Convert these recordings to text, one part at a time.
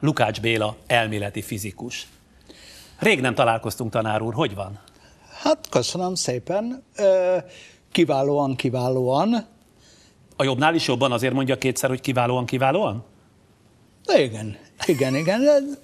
Lukács Béla elméleti fizikus. Rég nem találkoztunk, tanár úr, hogy van? Hát köszönöm szépen, kiválóan. A jobbnál is jobban, azért mondja kétszer, hogy kiválóan? Igen.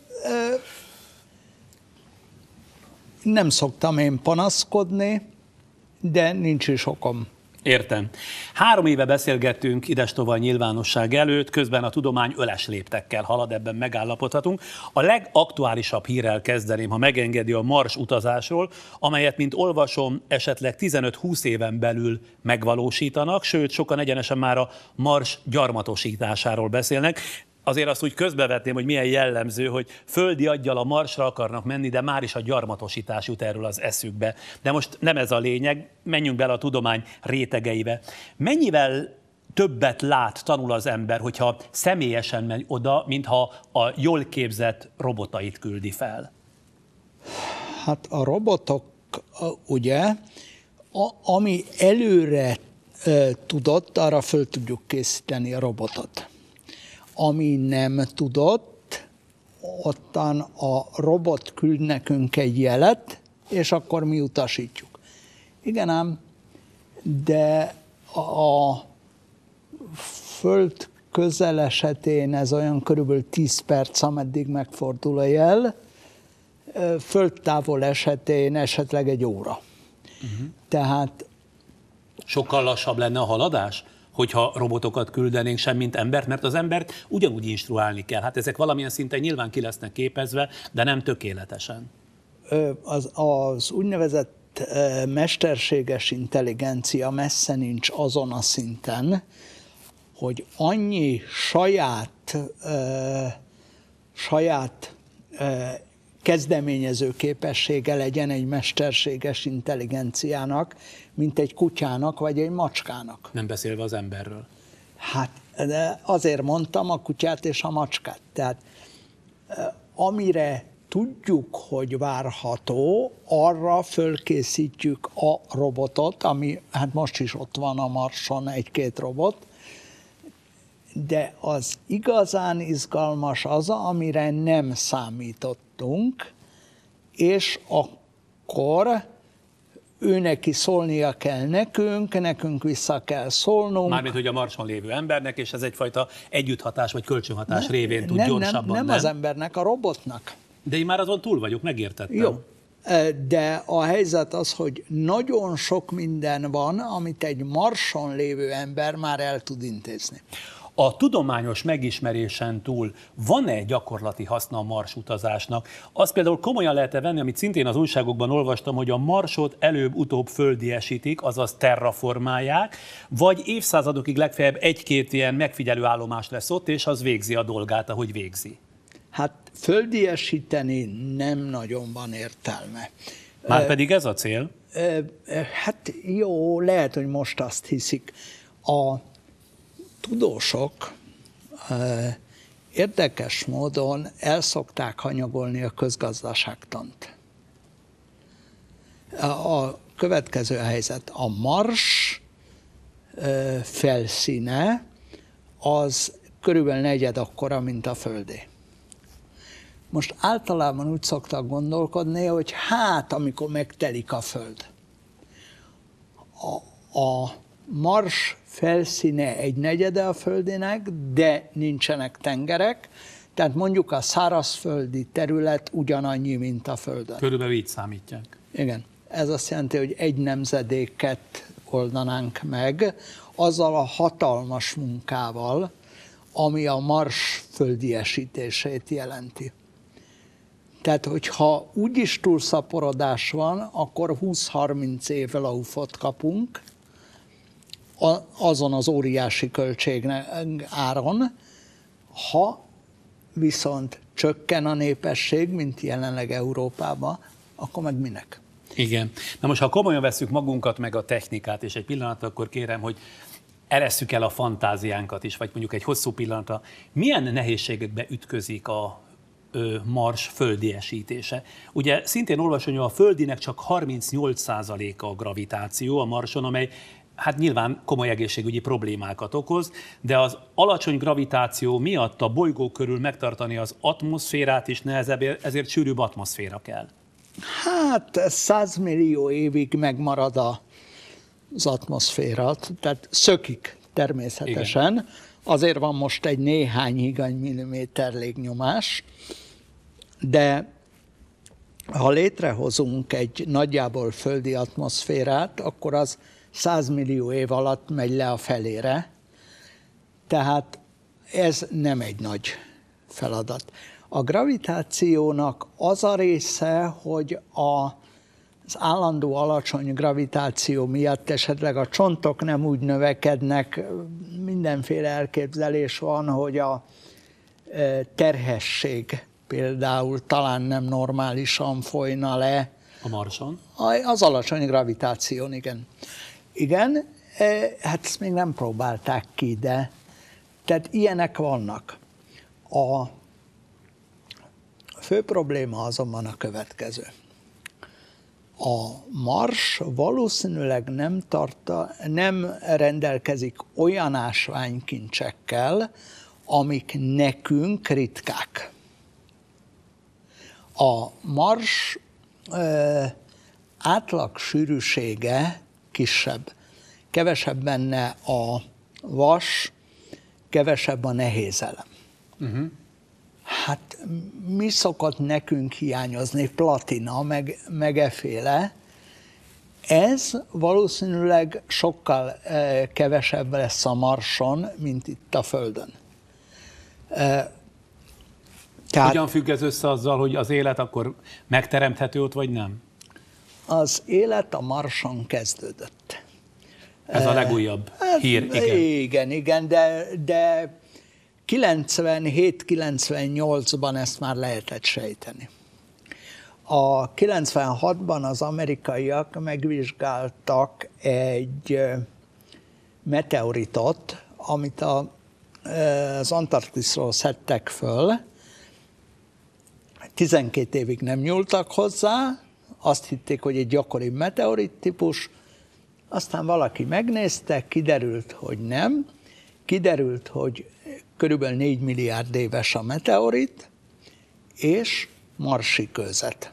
Nem szoktam én panaszkodni, de nincs is okom. Értem. 3 éve beszélgettünk idestova nyilvánosság előtt, közben a tudomány öles léptekkel halad, ebben megállapodhatunk. A legaktuálisabb hírrel kezdeném, ha megengedi, a Mars utazásról, amelyet, mint olvasom, esetleg 15-20 éven belül megvalósítanak, sőt, sokan egyenesen már a Mars gyarmatosításáról beszélnek. Azért azt úgy közbevetném, hogy milyen jellemző, hogy földi aggyal a Marsra akarnak menni, de már is a gyarmatosítás jut erről az eszükbe. De most nem ez a lényeg, menjünk bele a tudomány rétegeibe. Mennyivel többet lát, tanul az ember, hogyha személyesen megy oda, mintha a jól képzett robotait küldi fel? Hát a robotok, ugye, ami előre tudott, arra föl tudjuk készíteni a robotot. Ami nem tudott, ottan a robot küld nekünk egy jelet, és akkor mi utasítjuk. Igen ám, de a Föld közel esetén ez olyan körülbelül 10 perc, ameddig megfordul a jel, Föld távol esetén esetleg 1 óra. Tehát sokkal lassabb lenne a haladás, hogyha robotokat küldenénk sem, mint embert, mert az embert ugyanúgy instruálni kell. Hát ezek valamilyen szinten nyilván ki lesznek képezve, de nem tökéletesen. Az úgynevezett mesterséges intelligencia messze nincs azon a szinten, hogy annyi saját kezdeményező képessége legyen egy mesterséges intelligenciának, mint egy kutyának vagy egy macskának. Nem beszélve az emberről. Hát de azért mondtam a kutyát és a macskát. Tehát amire tudjuk, hogy várható, arra fölkészítjük a robotot, ami hát most is ott van a Marson 1-2 robot, de az igazán izgalmas az, amire nem számítottunk, és akkor őneki szólnia kell nekünk vissza kell szólnunk. Mármint, hogy a Marson lévő embernek, és ez egyfajta együtthatás vagy kölcsönhatás révén tud gyorsabban. Nem az embernek, a robotnak. De én már azon túl vagyok, megértettem. Jó, de a helyzet az, hogy nagyon sok minden van, amit egy Marson lévő ember már el tud intézni. A tudományos megismerésen túl van-e gyakorlati haszna a Mars utazásnak? Azt például komolyan lehet-e venni, amit szintén az újságokban olvastam, hogy a Marsot előbb-utóbb földiesítik, azaz terraformálják, vagy évszázadokig legfeljebb 1-2 ilyen megfigyelő állomás lesz ott, és az végzi a dolgát, ahogy végzi. Hát földiesíteni nem nagyon van értelme. Márpedig ez a cél? Hát jó, lehet, hogy most azt hiszik. A tudósok érdekes módon el szokták hanyagolni a közgazdaságtant. A következő helyzet, a Mars felszíne az körülbelül 1/4 akkora, mint a Földé. Most általában úgy szoktak gondolkodni, hogy hát, amikor megtelik a Föld. A Mars felszíne 1/4 a Földének, de nincsenek tengerek, tehát mondjuk a szárazföldi terület ugyanannyi, mint a Földön. Körülbelül így számítják. Igen. Ez azt jelenti, hogy 1 nemzedéket oldanánk meg azzal a hatalmas munkával, ami a Mars földiesítését jelenti. Tehát, hogyha úgyis túlszaporodás van, akkor 20-30 évvel a UFO-t kapunk, azon az óriási költség áron, ha viszont csökken a népesség, mint jelenleg Európában, akkor meg minek? Igen. Na most, ha komolyan vesszük magunkat, meg a technikát, és egy pillanat, akkor kérem, hogy eresszük el a fantáziánkat is, vagy mondjuk egy hosszú pillanatra. Milyen nehézségekbe ütközik a Mars földiesítése? Ugye szintén olvasom, hogy a Földinek csak 38%-a a gravitáció a Marson, amely hát nyilván komoly egészségügyi problémákat okoz, de az alacsony gravitáció miatt a bolygó körül megtartani az atmoszférát is nehezebb, ezért sűrűbb atmoszféra kell. Hát 100 millió évig megmarad az atmoszféra, tehát szökik természetesen. Igen. Azért van most egy néhány higany milliméter légnyomás, de ha létrehozunk egy nagyjából földi atmoszférát, akkor az 100 millió év alatt megy le a felére. Tehát ez nem egy nagy feladat. A gravitációnak az a része, hogy az állandó alacsony gravitáció miatt esetleg a csontok nem úgy növekednek, mindenféle elképzelés van, hogy a terhesség például talán nem normálisan folyna le. A Marson? Az alacsony gravitáción, igen. Igen, hát ezt még nem próbálták ki, de tehát ilyenek vannak. A fő probléma azonban a következő. A Mars valószínűleg nem rendelkezik olyan ásványkincsekkel, amik nekünk ritkák. A Mars átlag sűrűsége kisebb. Kevesebb benne a vas, kevesebb a nehézelem. Hát mi szokott nekünk hiányozni? Platina, meg efféle. Ez valószínűleg sokkal kevesebb lesz a Marson, mint itt a Földön. Hogyan függ ez össze azzal, hogy az élet akkor megteremthető ott, vagy nem? Az élet a Marson kezdődött. Ez a legújabb hír, igen. Igen, de 97-98-ban ezt már lehetett sejteni. A 96-ban az amerikaiak megvizsgáltak egy meteoritot, amit az Antarktiszról szedtek föl. 12 évig nem nyúltak hozzá, azt hitték, hogy egy gyakori meteorit típus, aztán valaki megnézte, kiderült, hogy nem, kiderült, hogy körülbelül 4 milliárd éves a meteorit, és marsi kőzet.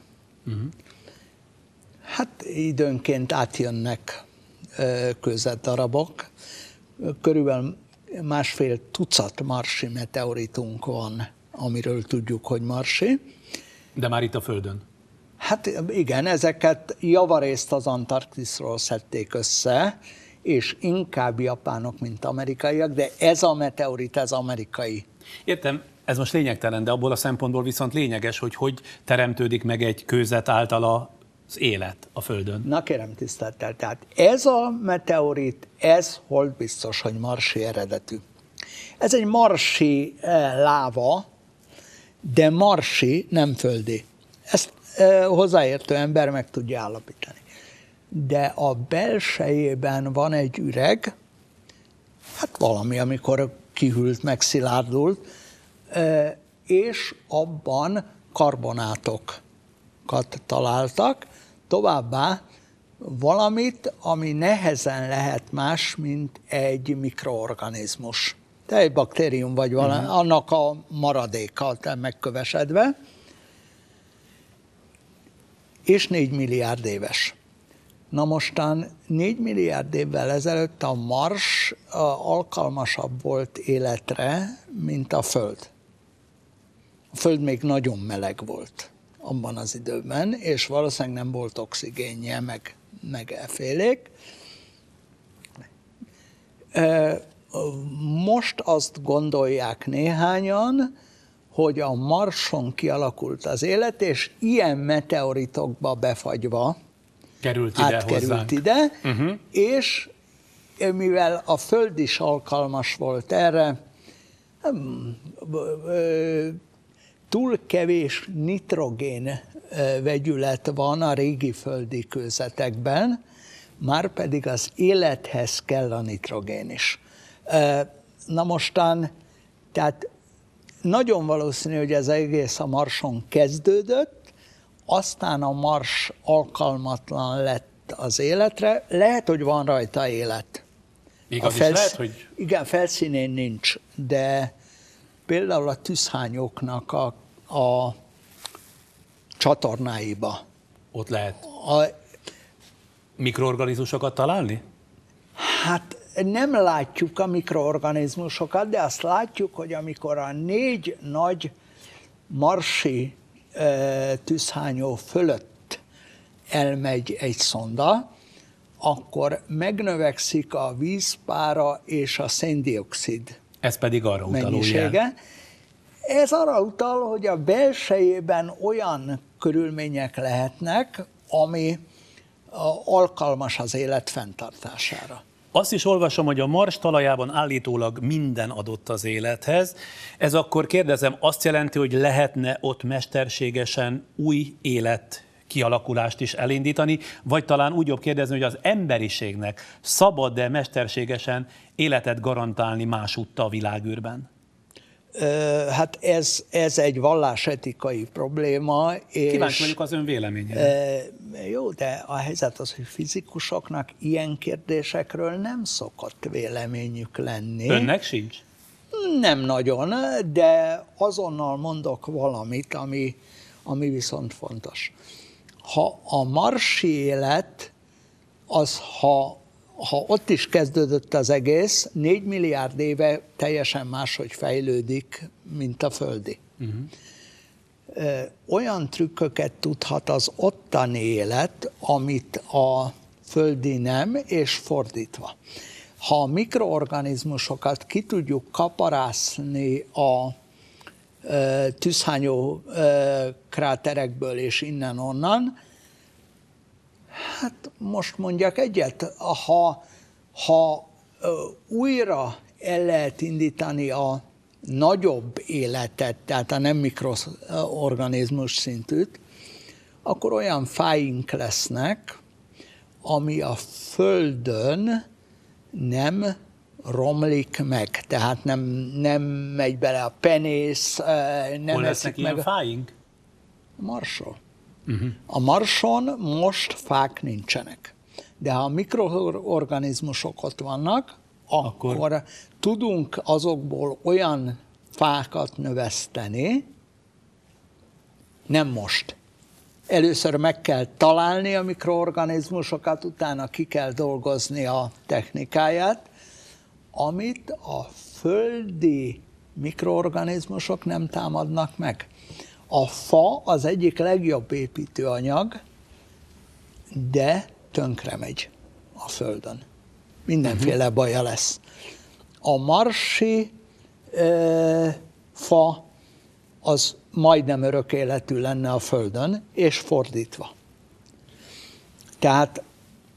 Hát időnként átjönnek kőzetdarabok, körülbelül 1,5 tucat marsi meteoritunk van, amiről tudjuk, hogy marsi. De már itt a Földön? Hát igen, ezeket javarészt az Antarktiszról szedték össze, és inkább japánok, mint amerikaiak, de ez a meteorit, ez amerikai. Értem, ez most lényegtelen, de abból a szempontból viszont lényeges, hogy teremtődik meg egy kőzet által az élet a Földön. Na kérem tisztelettel, tehát ez a meteorit, ez holdbiztos, hogy marsi eredetű. Ez egy marsi láva, de marsi, nem földi. Ezt hozzáértő ember meg tudja állapítani. De a belsejében van egy üreg, hát valami, amikor kihűlt, megszilárdult, és abban karbonátokat találtak, továbbá valamit, ami nehezen lehet más, mint egy mikroorganizmus. Te egy baktérium vagy valami, annak a maradéka megkövesedve, és 4 milliárd éves. Na mostan 4 milliárd évvel ezelőtt a Mars alkalmasabb volt életre, mint a Föld. A Föld még nagyon meleg volt abban az időben, és valószínűleg nem volt oxigénje, meg effélék. Most azt gondolják néhányan, hogy a Marson kialakult az élet, és ilyen meteoritokba befagyva átkerült ide, és mivel a Föld is alkalmas volt erre, túl kevés nitrogén vegyület van a régi földi kőzetekben, márpedig az élethez kell a nitrogén is. Na mostan, tehát nagyon valószínű, hogy ez egész a Marson kezdődött, aztán a Mars alkalmatlan lett az életre. Lehet, hogy van rajta élet. Még az is lehet, hogy... Igen, felszínén nincs, de például a tűzhányóknak a csatornáiba. Ott lehet mikroorganizmusokat találni? Hát nem látjuk a mikroorganizmusokat, de azt látjuk, hogy amikor a 4 nagy marsi tűzhányó fölött elmegy egy szonda, akkor megnövekszik a vízpára és a széndioxid. Ez pedig arra utaló mennyisége. jel. Ez arra utal, hogy a belsejében olyan körülmények lehetnek, ami alkalmas az élet fenntartására. Azt is olvasom, hogy a Mars talajában állítólag minden adott az élethez. Ez akkor kérdezem, azt jelenti, hogy lehetne ott mesterségesen új élet kialakulást is elindítani, vagy talán úgy jobb kérdezni, hogy az emberiségnek szabad-e mesterségesen életet garantálni másútt a világűrben? Hát ez egy vallásetikai probléma. Kíváncsi vagyok az ön véleményére. Jó, de a helyzet az, hogy fizikusoknak ilyen kérdésekről nem szokott véleményük lenni. Önnek sincs? Nem nagyon, de azonnal mondok valamit, ami viszont fontos. Ha a marsi élet, ha ott is kezdődött az egész, 4 milliárd éve teljesen máshogy fejlődik, mint a földi. Olyan trükköket tudhat az ottani élet, amit a földi nem, és fordítva. Ha a mikroorganizmusokat ki tudjuk kaparászni a tűzhányó kráterekből és innen-onnan, hát most mondjak egyet, ha újra el lehet indítani a nagyobb életet, tehát a nem mikroorganizmus szintűt, akkor olyan fáink lesznek, ami a Földön nem romlik meg, tehát nem megy bele a penész, nem Hol lesznek eszik ilyen meg. fáink? A Marson. A Marson most fák nincsenek. De ha a mikroorganizmusok ott vannak, akkor tudunk azokból olyan fákat növeszteni, nem most. Először meg kell találni a mikroorganizmusokat, utána ki kell dolgozni a technikáját, amit a földi mikroorganizmusok nem támadnak meg. A fa az egyik legjobb építőanyag, de tönkre megy a Földön. Mindenféle baja lesz. A marsi fa az majdnem örök életű lenne a Földön, és fordítva. Tehát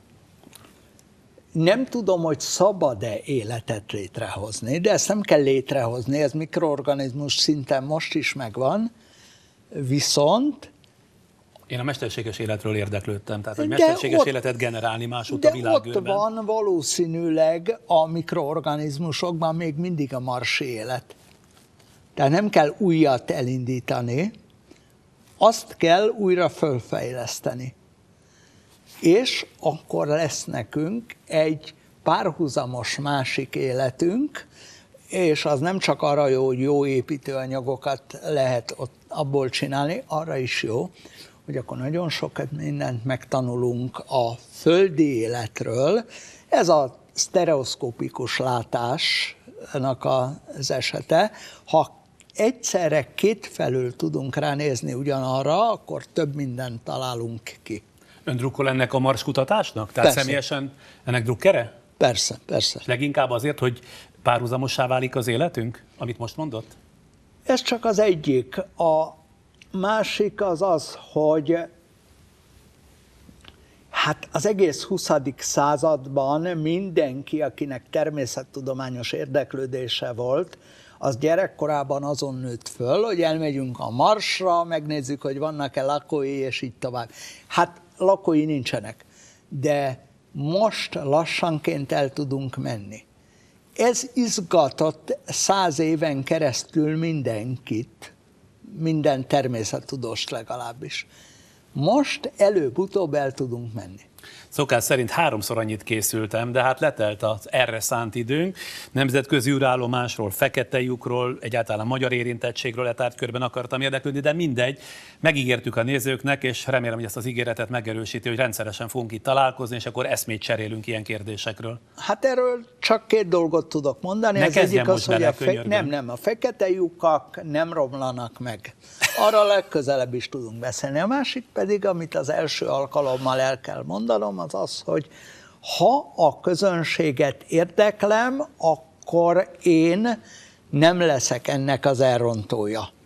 nem tudom, hogy szabad-e életet létrehozni, de ezt nem kell létrehozni, ez mikroorganizmus szinten most is megvan, viszont... Én a mesterséges életről érdeklődtem, tehát hogy mesterséges életet generálni másút a világűrben. De ott van valószínűleg a mikroorganizmusokban még mindig a marsi élet. Tehát nem kell újat elindítani, azt kell újra fölfejleszteni. És akkor lesz nekünk egy párhuzamos másik életünk, és az nem csak arra jó, hogy jó építőanyagokat lehet ott abból csinálni, arra is jó, hogy akkor nagyon sokat mindent megtanulunk a földi életről. Ez a sztereoszkópikus látásnak az esete. Ha egyszerre kétfelől tudunk ránézni ugyanarra, akkor több mindent találunk ki. Ön drukkol ennek a Mars kutatásnak? Tehát Persze. Személyesen ennek drukkere? Persze, persze. Leginkább azért, hogy párhuzamossá válik az életünk, amit most mondott? Ez csak az egyik. A másik az, hogy hát az egész 20. században mindenki, akinek természettudományos érdeklődése volt, az gyerekkorában azon nőtt föl, hogy elmegyünk a Marsra, megnézzük, hogy vannak-e lakói, és így tovább. Hát lakói nincsenek, de most lassanként el tudunk menni. Ez izgatott 100 éven keresztül mindenkit, minden természettudóst legalábbis. Most előbb-utóbb el tudunk menni. Szokás szerint 3-szor annyit készültem, de hát letelt az erre szánt időnk. Nemzetközi űrállomásról, fekete lyukról, egyáltalán magyar érintettségről letárt körben akartam érdeklődni, de mindegy. Megígértük a nézőknek, és remélem, hogy ezt az ígéretet megerősíti, hogy rendszeresen fogunk itt találkozni, és akkor eszmét cserélünk ilyen kérdésekről. Hát erről csak 2 dolgot tudok mondani. Az egyik az, hogy a fekete lyukak nem romlanak meg. Arra legközelebb is tudunk beszélni. A másik pedig, amit az első alkalommal el kell mondanom, az az, hogy ha a közönséget érdeklem, akkor én nem leszek ennek az elrontója.